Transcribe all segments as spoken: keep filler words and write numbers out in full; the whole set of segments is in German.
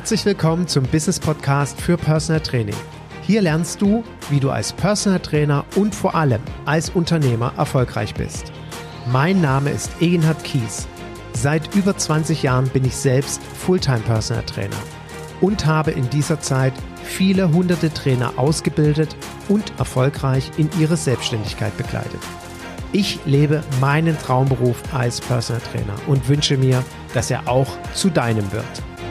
Herzlich willkommen zum Business Podcast für Personal Training. Hier lernst du, wie du als Personal Trainer und vor allem als Unternehmer erfolgreich bist. Mein Name ist Eginhard Kies. Seit über zwanzig Jahren bin ich selbst Fulltime Personal Trainer und habe in dieser Zeit viele hunderte Trainer ausgebildet und erfolgreich in ihre Selbstständigkeit begleitet. Ich lebe meinen Traumberuf als Personal Trainer und wünsche mir, dass er auch zu deinem wird.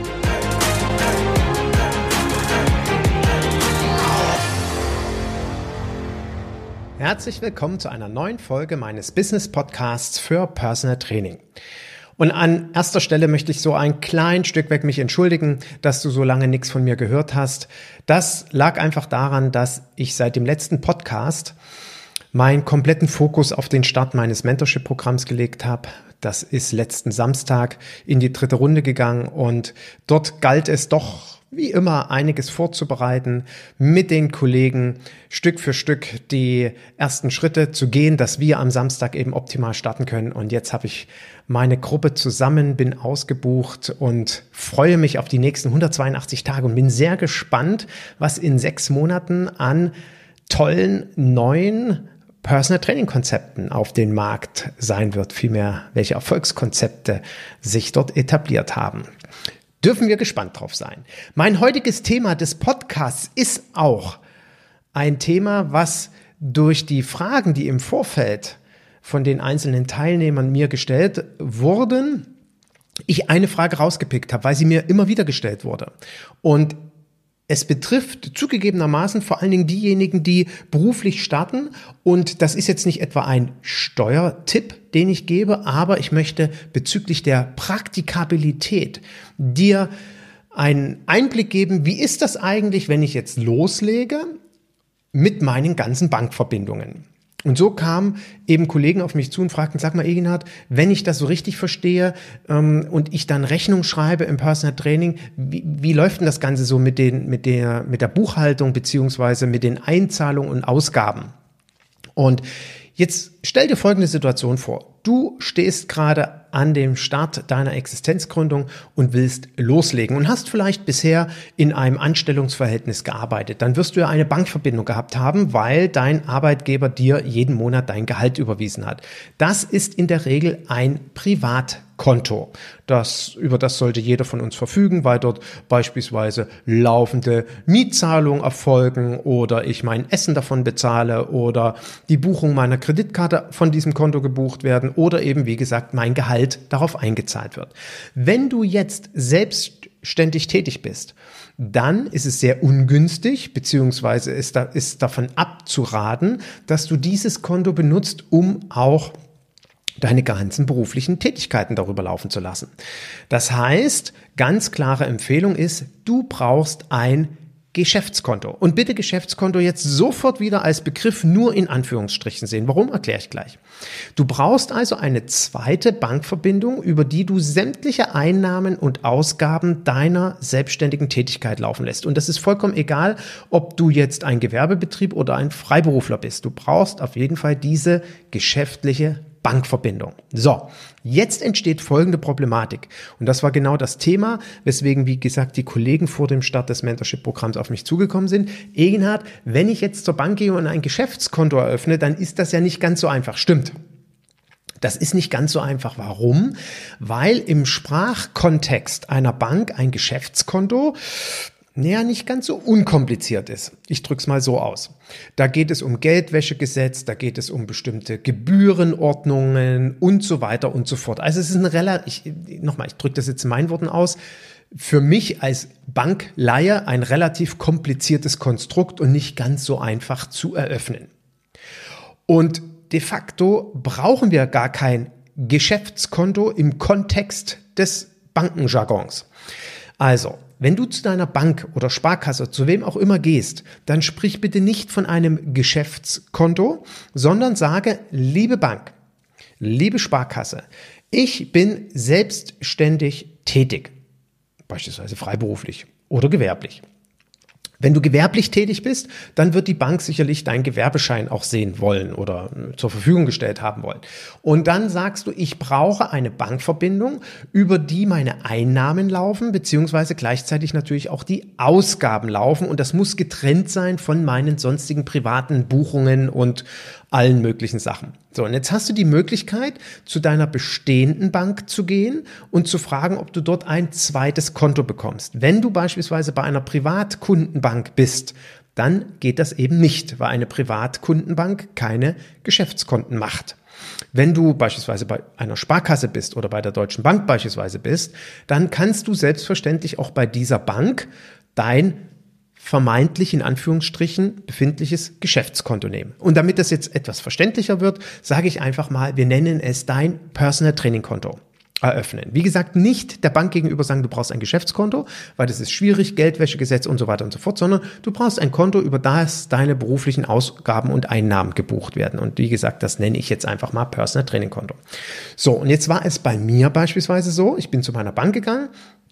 Herzlich willkommen zu einer neuen Folge meines Business Podcasts für Personal Training. Und an erster Stelle möchte ich so ein klein Stück weg mich entschuldigen, dass du so lange nichts von mir gehört hast. Das lag einfach daran, dass ich seit dem letzten Podcast meinen kompletten Fokus auf den Start meines Mentorship-Programms gelegt habe. Das ist letzten Samstag in die dritte Runde gegangen und dort galt es doch wie immer einiges vorzubereiten, mit den Kollegen Stück für Stück die ersten Schritte zu gehen, dass wir am Samstag eben optimal starten können. Und jetzt habe ich meine Gruppe zusammen, bin ausgebucht und freue mich auf die nächsten hundertzweiundachtzig Tage und bin sehr gespannt, was in sechs Monaten an tollen neuen Personal Training Konzepten auf den Markt sein wird, vielmehr welche Erfolgskonzepte sich dort etabliert haben. Dürfen wir gespannt drauf sein. Mein heutiges Thema des Podcasts ist auch ein Thema, was durch die Fragen, die im Vorfeld von den einzelnen Teilnehmern mir gestellt wurden, ich eine Frage rausgepickt habe, weil sie mir immer wieder gestellt wurde. Und es betrifft zugegebenermaßen vor allen Dingen diejenigen, die beruflich starten. Und das ist jetzt nicht etwa ein Steuertipp, den ich gebe, aber ich möchte bezüglich der Praktikabilität dir einen Einblick geben, wie ist das eigentlich, wenn ich jetzt loslege mit meinen ganzen Bankverbindungen. Und so kamen eben Kollegen auf mich zu und fragten, sag mal Eginhard, wenn ich das so richtig verstehe ähm, und ich dann Rechnung schreibe im Personal Training, wie, wie läuft denn das Ganze so mit, den, mit, der, mit der Buchhaltung beziehungsweise mit den Einzahlungen und Ausgaben? Und jetzt stell dir folgende Situation vor. Du stehst gerade an dem Start deiner Existenzgründung und willst loslegen und hast vielleicht bisher in einem Anstellungsverhältnis gearbeitet. Dann wirst du ja eine Bankverbindung gehabt haben, weil dein Arbeitgeber dir jeden Monat dein Gehalt überwiesen hat. Das ist in der Regel ein Privatkonto. Das, über das sollte jeder von uns verfügen, weil dort beispielsweise laufende Mietzahlungen erfolgen oder ich mein Essen davon bezahle oder die Buchung meiner Kreditkarte von diesem Konto gebucht werden oder eben, wie gesagt, mein Gehalt darauf eingezahlt wird. Wenn du jetzt selbstständig tätig bist, dann ist es sehr ungünstig, beziehungsweise ist, da, ist davon abzuraten, dass du dieses Konto benutzt, um auch deine ganzen beruflichen Tätigkeiten darüber laufen zu lassen. Das heißt, ganz klare Empfehlung ist, du brauchst ein Geschäftskonto. Und bitte Geschäftskonto jetzt sofort wieder als Begriff nur in Anführungsstrichen sehen. Warum, erkläre ich gleich. Du brauchst also eine zweite Bankverbindung, über die du sämtliche Einnahmen und Ausgaben deiner selbstständigen Tätigkeit laufen lässt. Und das ist vollkommen egal, ob du jetzt ein Gewerbebetrieb oder ein Freiberufler bist. Du brauchst auf jeden Fall diese geschäftliche Bankverbindung. So, jetzt entsteht folgende Problematik. Und das war genau das Thema, weswegen, wie gesagt, die Kollegen vor dem Start des Mentorship-Programms auf mich zugekommen sind. Eginhard, wenn ich jetzt zur Bank gehe und ein Geschäftskonto eröffne, dann ist das ja nicht ganz so einfach. Stimmt. Das ist nicht ganz so einfach. Warum? Weil im Sprachkontext einer Bank ein Geschäftskonto naja, nicht ganz so unkompliziert ist. Ich drück's mal so aus. Da geht es um Geldwäschegesetz, da geht es um bestimmte Gebührenordnungen und so weiter und so fort. Also es ist ein relativ, nochmal, ich drücke das jetzt in meinen Worten aus, für mich als Bankleihe ein relativ kompliziertes Konstrukt und nicht ganz so einfach zu eröffnen. Und de facto brauchen wir gar kein Geschäftskonto im Kontext des Bankenjargons. Also, wenn du zu deiner Bank oder Sparkasse, zu wem auch immer gehst, dann sprich bitte nicht von einem Geschäftskonto, sondern sage, liebe Bank, liebe Sparkasse, ich bin selbstständig tätig, beispielsweise freiberuflich oder gewerblich. Wenn du gewerblich tätig bist, dann wird die Bank sicherlich deinen Gewerbeschein auch sehen wollen oder zur Verfügung gestellt haben wollen. Und dann sagst du, ich brauche eine Bankverbindung, über die meine Einnahmen laufen, beziehungsweise gleichzeitig natürlich auch die Ausgaben laufen. Und das muss getrennt sein von meinen sonstigen privaten Buchungen und allen möglichen Sachen. So, und jetzt hast du die Möglichkeit, zu deiner bestehenden Bank zu gehen und zu fragen, ob du dort ein zweites Konto bekommst. Wenn du beispielsweise bei einer Privatkundenbank bist, dann geht das eben nicht, weil eine Privatkundenbank keine Geschäftskonten macht. Wenn du beispielsweise bei einer Sparkasse bist oder bei der Deutschen Bank beispielsweise bist, dann kannst du selbstverständlich auch bei dieser Bank dein vermeintlich in Anführungsstrichen befindliches Geschäftskonto nehmen. Und damit das jetzt etwas verständlicher wird, sage ich einfach mal, wir nennen es dein Personal Training Konto eröffnen. Wie gesagt, nicht der Bank gegenüber sagen, du brauchst ein Geschäftskonto, weil das ist schwierig, Geldwäschegesetz und so weiter und so fort, sondern du brauchst ein Konto, über das deine beruflichen Ausgaben und Einnahmen gebucht werden. Und wie gesagt, das nenne ich jetzt einfach mal Personal Training Konto. So, und jetzt war es bei mir beispielsweise so, ich bin zu meiner Bank gegangen,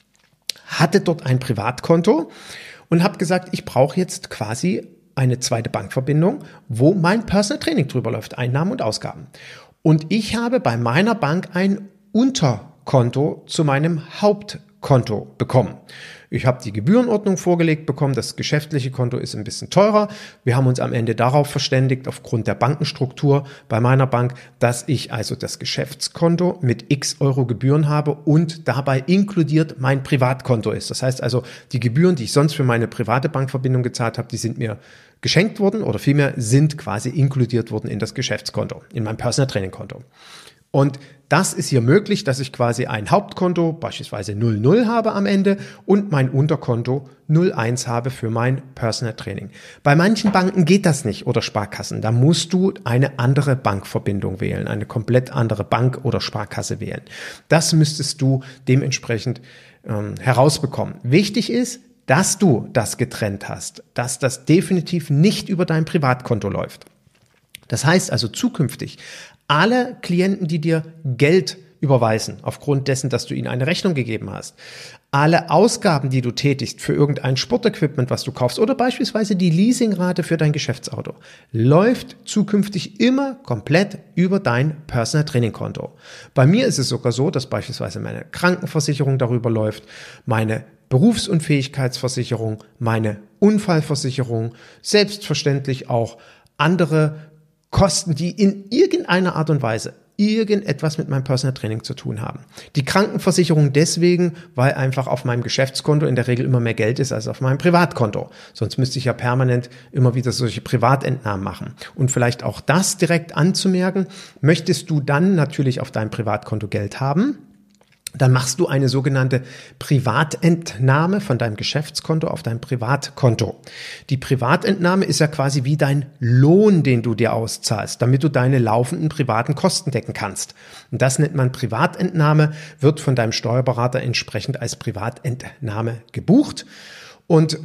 hatte dort ein Privatkonto und habe gesagt, ich brauche jetzt quasi eine zweite Bankverbindung, wo mein Personal Training drüber läuft, Einnahmen und Ausgaben. Und ich habe bei meiner Bank ein Unterkonto zu meinem Hauptkonto bekommen. Ich habe die Gebührenordnung vorgelegt bekommen, das geschäftliche Konto ist ein bisschen teurer. Wir haben uns am Ende darauf verständigt, aufgrund der Bankenstruktur bei meiner Bank, dass ich also das Geschäftskonto mit x Euro Gebühren habe und dabei inkludiert mein Privatkonto ist. Das heißt also, die Gebühren, die ich sonst für meine private Bankverbindung gezahlt habe, die sind mir geschenkt worden oder vielmehr sind quasi inkludiert worden in das Geschäftskonto, in mein Personal Training Konto. Und das ist hier möglich, dass ich quasi ein Hauptkonto, beispielsweise null null habe am Ende und mein Unterkonto null eins habe für mein Personal Training. Bei manchen Banken geht das nicht oder Sparkassen. Da musst du eine andere Bankverbindung wählen, eine komplett andere Bank oder Sparkasse wählen. Das müsstest du dementsprechend ähm, herausbekommen. Wichtig ist, dass du das getrennt hast, dass das definitiv nicht über dein Privatkonto läuft. Das heißt also zukünftig, alle Klienten, die dir Geld überweisen, aufgrund dessen, dass du ihnen eine Rechnung gegeben hast, alle Ausgaben, die du tätigst für irgendein Sportequipment, was du kaufst oder beispielsweise die Leasingrate für dein Geschäftsauto, läuft zukünftig immer komplett über dein Personal Training Konto. Bei mir ist es sogar so, dass beispielsweise meine Krankenversicherung darüber läuft, meine Berufsunfähigkeitsversicherung, meine Unfallversicherung, selbstverständlich auch andere Kosten, die in irgendeiner Art und Weise irgendetwas mit meinem Personal Training zu tun haben. Die Krankenversicherung deswegen, weil einfach auf meinem Geschäftskonto in der Regel immer mehr Geld ist als auf meinem Privatkonto. Sonst müsste ich ja permanent immer wieder solche Privatentnahmen machen. Und vielleicht auch das direkt anzumerken, möchtest du dann natürlich auf deinem Privatkonto Geld haben, dann machst du eine sogenannte Privatentnahme von deinem Geschäftskonto auf dein Privatkonto. Die Privatentnahme ist ja quasi wie dein Lohn, den du dir auszahlst, damit du deine laufenden privaten Kosten decken kannst. Und das nennt man Privatentnahme, wird von deinem Steuerberater entsprechend als Privatentnahme gebucht. Und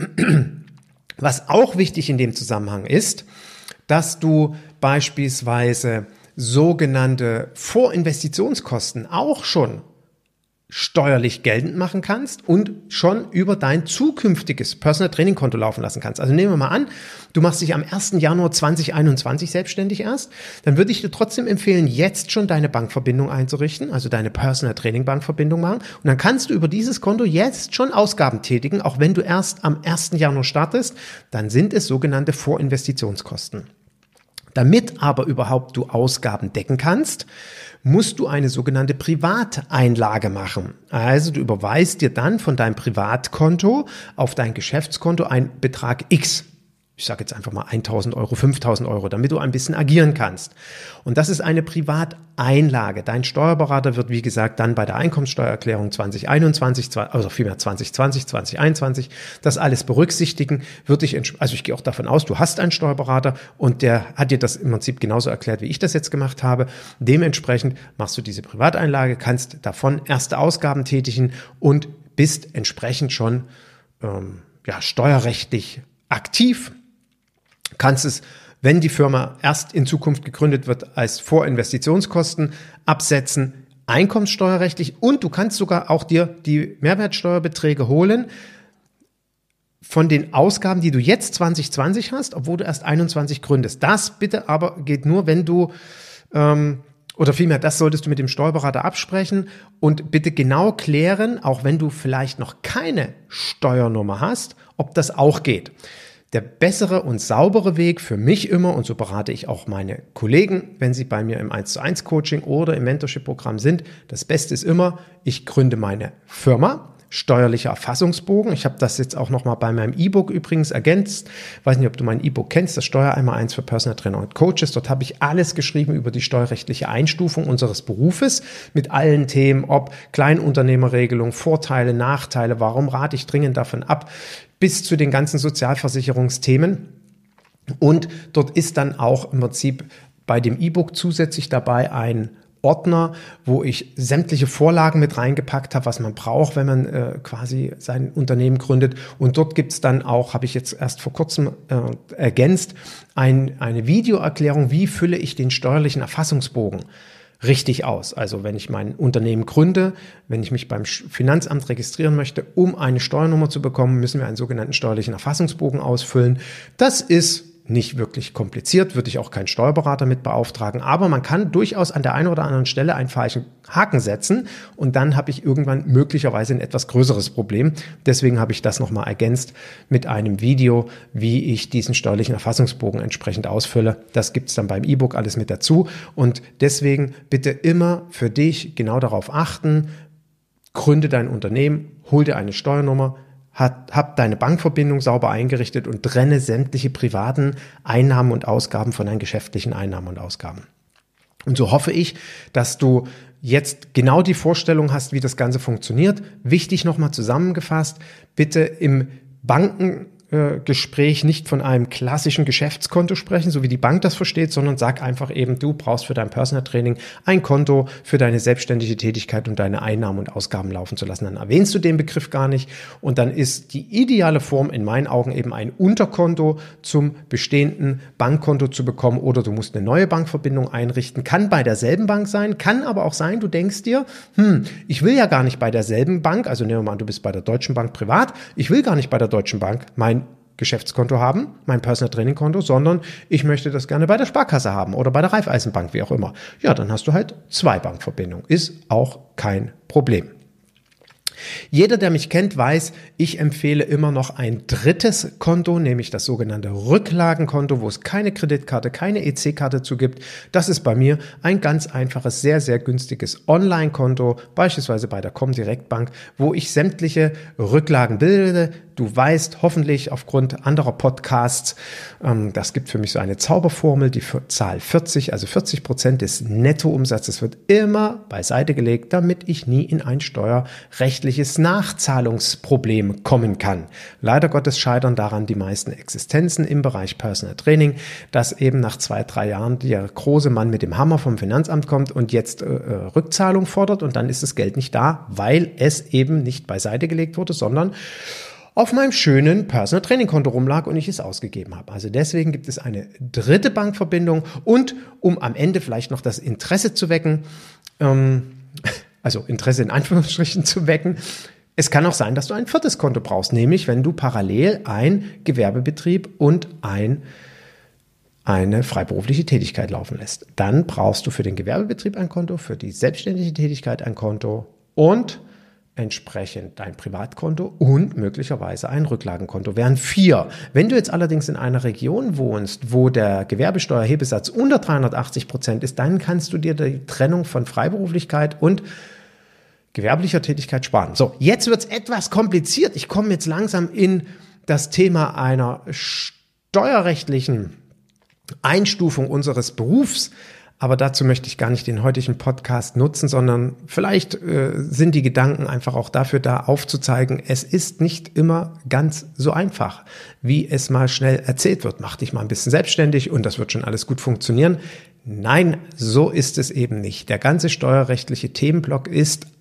was auch wichtig in dem Zusammenhang ist, dass du beispielsweise sogenannte Vorinvestitionskosten auch schon steuerlich geltend machen kannst und schon über dein zukünftiges Personal Training Konto laufen lassen kannst. Also nehmen wir mal an, du machst dich am ersten Januar zweitausendeinundzwanzig selbstständig erst, dann würde ich dir trotzdem empfehlen, jetzt schon deine Bankverbindung einzurichten, also deine Personal Training Bankverbindung machen und dann kannst du über dieses Konto jetzt schon Ausgaben tätigen, auch wenn du erst am ersten Januar startest, dann sind es sogenannte Vorinvestitionskosten. Damit aber überhaupt du Ausgaben decken kannst, musst du eine sogenannte Privateinlage machen. Also du überweist dir dann von deinem Privatkonto auf dein Geschäftskonto einen Betrag X. Ich sage jetzt einfach mal tausend Euro, fünftausend Euro, damit du ein bisschen agieren kannst. Und das ist eine Privateinlage. Dein Steuerberater wird, wie gesagt, dann bei der Einkommensteuererklärung zwanzig einundzwanzig, also vielmehr zwanzig zwanzig, zwanzig einundzwanzig, das alles berücksichtigen, wird dich, also ich gehe auch davon aus, du hast einen Steuerberater und der hat dir das im Prinzip genauso erklärt, wie ich das jetzt gemacht habe. Dementsprechend machst du diese Privateinlage, kannst davon erste Ausgaben tätigen und bist entsprechend schon ähm, ja, steuerrechtlich aktiv. Kannst es, wenn die Firma erst in Zukunft gegründet wird, als Vorinvestitionskosten absetzen, einkommenssteuerrechtlich und du kannst sogar auch dir die Mehrwertsteuerbeträge holen, von den Ausgaben, die du jetzt zwanzig zwanzig hast, obwohl du erst einundzwanzig gründest. Das bitte aber geht nur, wenn du, ähm, oder vielmehr, das solltest du mit dem Steuerberater absprechen und bitte genau klären, auch wenn du vielleicht noch keine Steuernummer hast, ob das auch geht. Der bessere und saubere Weg für mich immer, und so berate ich auch meine Kollegen, wenn sie bei mir im eins zu eins Coaching oder im Mentorship-Programm sind, das Beste ist immer, ich gründe meine Firma, steuerlicher Erfassungsbogen. Ich habe das jetzt auch nochmal bei meinem E-Book übrigens ergänzt. Ich weiß nicht, ob du mein E-Book kennst, das Steuer einmal eins für Personal Trainer und Coaches. Dort habe ich alles geschrieben über die steuerrechtliche Einstufung unseres Berufes mit allen Themen, ob Kleinunternehmerregelung, Vorteile, Nachteile, warum rate ich dringend davon ab, bis zu den ganzen Sozialversicherungsthemen. Und dort ist dann auch im Prinzip bei dem E-Book zusätzlich dabei ein Ordner, wo ich sämtliche Vorlagen mit reingepackt habe, was man braucht, wenn man äh, quasi sein Unternehmen gründet. Und dort gibt's dann auch, habe ich jetzt erst vor kurzem äh, ergänzt, ein, eine Videoerklärung, wie fülle ich den steuerlichen Erfassungsbogen richtig aus. Also wenn ich mein Unternehmen gründe, wenn ich mich beim Finanzamt registrieren möchte, um eine Steuernummer zu bekommen, müssen wir einen sogenannten steuerlichen Erfassungsbogen ausfüllen. Das ist nicht wirklich kompliziert, würde ich auch keinen Steuerberater mit beauftragen, aber man kann durchaus an der einen oder anderen Stelle einen falschen Haken setzen und dann habe ich irgendwann möglicherweise ein etwas größeres Problem. Deswegen habe ich das nochmal ergänzt mit einem Video, wie ich diesen steuerlichen Erfassungsbogen entsprechend ausfülle. Das gibt es dann beim E-Book alles mit dazu und deswegen bitte immer für dich genau darauf achten, gründe dein Unternehmen, hol dir eine Steuernummer, Hat, hab deine Bankverbindung sauber eingerichtet und trenne sämtliche privaten Einnahmen und Ausgaben von deinen geschäftlichen Einnahmen und Ausgaben. Und so hoffe ich, dass du jetzt genau die Vorstellung hast, wie das Ganze funktioniert. Wichtig nochmal zusammengefasst, bitte im Bankengespräch nicht von einem klassischen Geschäftskonto sprechen, so wie die Bank das versteht, sondern sag einfach eben, du brauchst für dein Personal Training ein Konto für deine selbstständige Tätigkeit und deine Einnahmen und Ausgaben laufen zu lassen. Dann erwähnst du den Begriff gar nicht und dann ist die ideale Form in meinen Augen eben ein Unterkonto zum bestehenden Bankkonto zu bekommen oder du musst eine neue Bankverbindung einrichten. Kann bei derselben Bank sein, kann aber auch sein, du denkst dir, hm, ich will ja gar nicht bei derselben Bank, also nehmen wir mal an, du bist bei der Deutschen Bank privat, ich will gar nicht bei der Deutschen Bank mein Geschäftskonto haben, mein Personal Training Konto, sondern ich möchte das gerne bei der Sparkasse haben oder bei der Raiffeisenbank, wie auch immer. Ja, dann hast du halt zwei Bankverbindungen. Ist auch kein Problem. Jeder, der mich kennt, weiß, ich empfehle immer noch ein drittes Konto, nämlich das sogenannte Rücklagenkonto, wo es keine Kreditkarte, keine E C-Karte zu gibt. Das ist bei mir ein ganz einfaches, sehr, sehr günstiges Online-Konto, beispielsweise bei der Comdirect Bank, wo ich sämtliche Rücklagen bilde. Du weißt hoffentlich aufgrund anderer Podcasts, ähm, das gibt für mich so eine Zauberformel, die Zahl vierzig, also vierzig Prozent des Nettoumsatzes wird immer beiseite gelegt, damit ich nie in ein steuerrechtliches Nachzahlungsproblem kommen kann. Leider Gottes scheitern daran die meisten Existenzen im Bereich Personal Training, dass eben nach zwei, drei Jahren der große Mann mit dem Hammer vom Finanzamt kommt und jetzt äh, Rückzahlung fordert und dann ist das Geld nicht da, weil es eben nicht beiseite gelegt wurde, sondern auf meinem schönen Personal Training Konto rumlag und ich es ausgegeben habe. Also deswegen gibt es eine dritte Bankverbindung und um am Ende vielleicht noch das Interesse zu wecken, ähm, also Interesse in Anführungsstrichen zu wecken, es kann auch sein, dass du ein viertes Konto brauchst, nämlich wenn du parallel ein Gewerbebetrieb und ein eine freiberufliche Tätigkeit laufen lässt. Dann brauchst du für den Gewerbebetrieb ein Konto, für die selbstständige Tätigkeit ein Konto und entsprechend dein Privatkonto und möglicherweise ein Rücklagenkonto. Wären vier. Wenn du jetzt allerdings in einer Region wohnst, wo der Gewerbesteuerhebesatz unter dreihundertachtzig Prozent ist, dann kannst du dir die Trennung von Freiberuflichkeit und gewerblicher Tätigkeit sparen. So, jetzt wird's etwas kompliziert. Ich komme jetzt langsam in das Thema einer steuerrechtlichen Einstufung unseres Berufs. Aber dazu möchte ich gar nicht den heutigen Podcast nutzen, sondern vielleicht äh, sind die Gedanken einfach auch dafür da, aufzuzeigen, es ist nicht immer ganz so einfach, wie es mal schnell erzählt wird. Mach dich mal ein bisschen selbstständig und das wird schon alles gut funktionieren. Nein, so ist es eben nicht. Der ganze steuerrechtliche Themenblock ist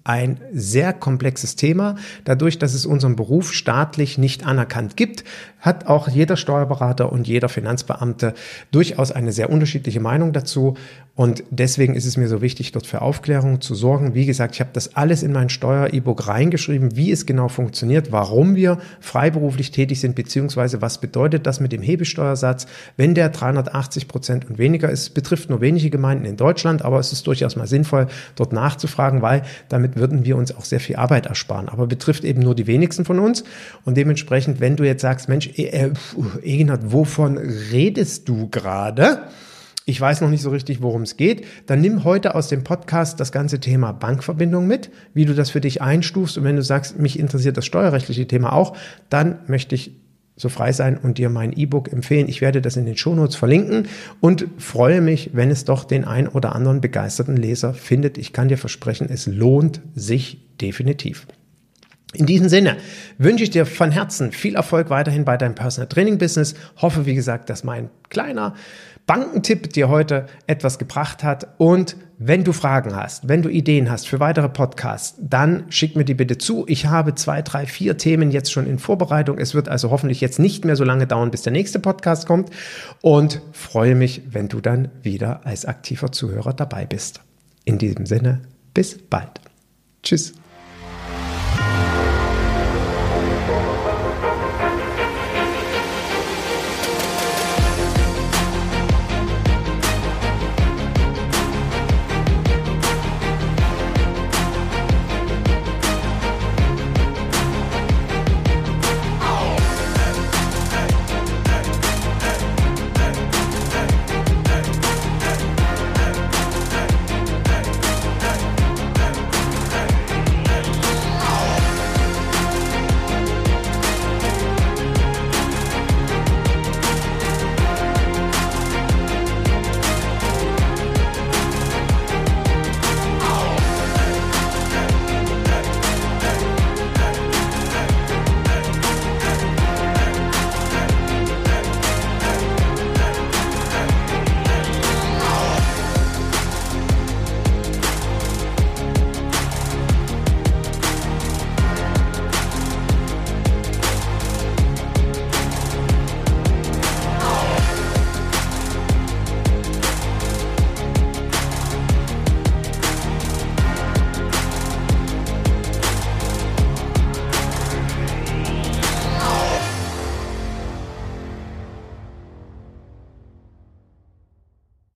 ein sehr komplexes Thema. Dadurch, dass es unseren Beruf staatlich nicht anerkannt gibt, hat auch jeder Steuerberater und jeder Finanzbeamte durchaus eine sehr unterschiedliche Meinung dazu. Und deswegen ist es mir so wichtig, dort für Aufklärung zu sorgen. Wie gesagt, ich habe das alles in mein Steuer-E-Book reingeschrieben, wie es genau funktioniert, warum wir freiberuflich tätig sind, beziehungsweise was bedeutet das mit dem Hebelsteuersatz, wenn der dreihundertachtzig Prozent und weniger ist. Es betrifft nur wenige Gemeinden in Deutschland, aber es ist durchaus mal sinnvoll, dort nachzufragen, weil damit würden wir uns auch sehr viel Arbeit ersparen. Aber betrifft eben nur die wenigsten von uns. Und dementsprechend, wenn du jetzt sagst, Mensch, äh, Eginhard, wovon redest du gerade? Ich weiß noch nicht so richtig, worum es geht. Dann nimm heute aus dem Podcast das ganze Thema Bankverbindung mit, wie du das für dich einstufst. Und wenn du sagst, mich interessiert das steuerrechtliche Thema auch, dann möchte ich so frei sein und dir mein E-Book empfehlen. Ich werde das in den Shownotes verlinken und freue mich, wenn es doch den ein oder anderen begeisterten Leser findet. Ich kann dir versprechen, es lohnt sich definitiv. In diesem Sinne wünsche ich dir von Herzen viel Erfolg weiterhin bei deinem Personal Training Business. Hoffe, wie gesagt, dass mein kleiner Bankentipp dir heute etwas gebracht hat. Und wenn du Fragen hast, wenn du Ideen hast für weitere Podcasts, dann schick mir die bitte zu. Ich habe zwei, drei, vier Themen jetzt schon in Vorbereitung. Es wird also hoffentlich jetzt nicht mehr so lange dauern, bis der nächste Podcast kommt. Und freue mich, wenn du dann wieder als aktiver Zuhörer dabei bist. In diesem Sinne, bis bald. Tschüss.